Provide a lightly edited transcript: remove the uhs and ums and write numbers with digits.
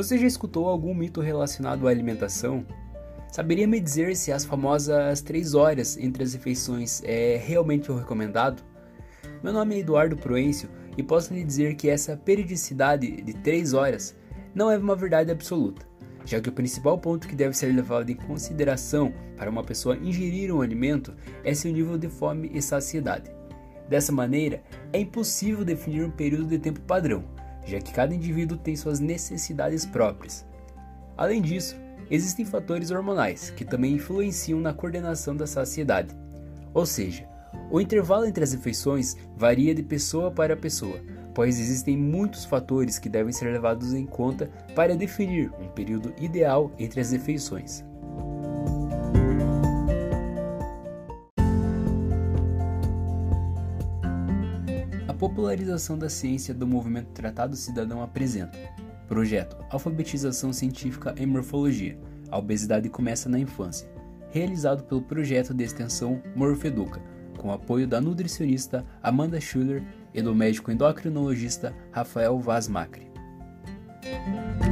Você já escutou algum mito relacionado à alimentação? Saberia me dizer se as famosas 3 horas entre as refeições é realmente o recomendado? Meu nome é Eduardo Proencio e posso lhe dizer que essa periodicidade de 3 horas não é uma verdade absoluta, já que o principal ponto que deve ser levado em consideração para uma pessoa ingerir um alimento é seu nível de fome e saciedade. Dessa maneira, é impossível definir um período de tempo padrão, já que cada indivíduo tem suas necessidades próprias. Além disso, existem fatores hormonais que também influenciam na coordenação da saciedade. Ou seja, o intervalo entre as refeições varia de pessoa para pessoa, pois existem muitos fatores que devem ser levados em conta para definir um período ideal entre as refeições. A popularização da ciência do movimento Tratado Cidadão apresenta: Projeto Alfabetização Científica em Morfologia. A obesidade começa na infância, realizado pelo projeto de extensão Morfeduca, com apoio da nutricionista Amanda Schuller e do médico endocrinologista Rafael Vaz Macri.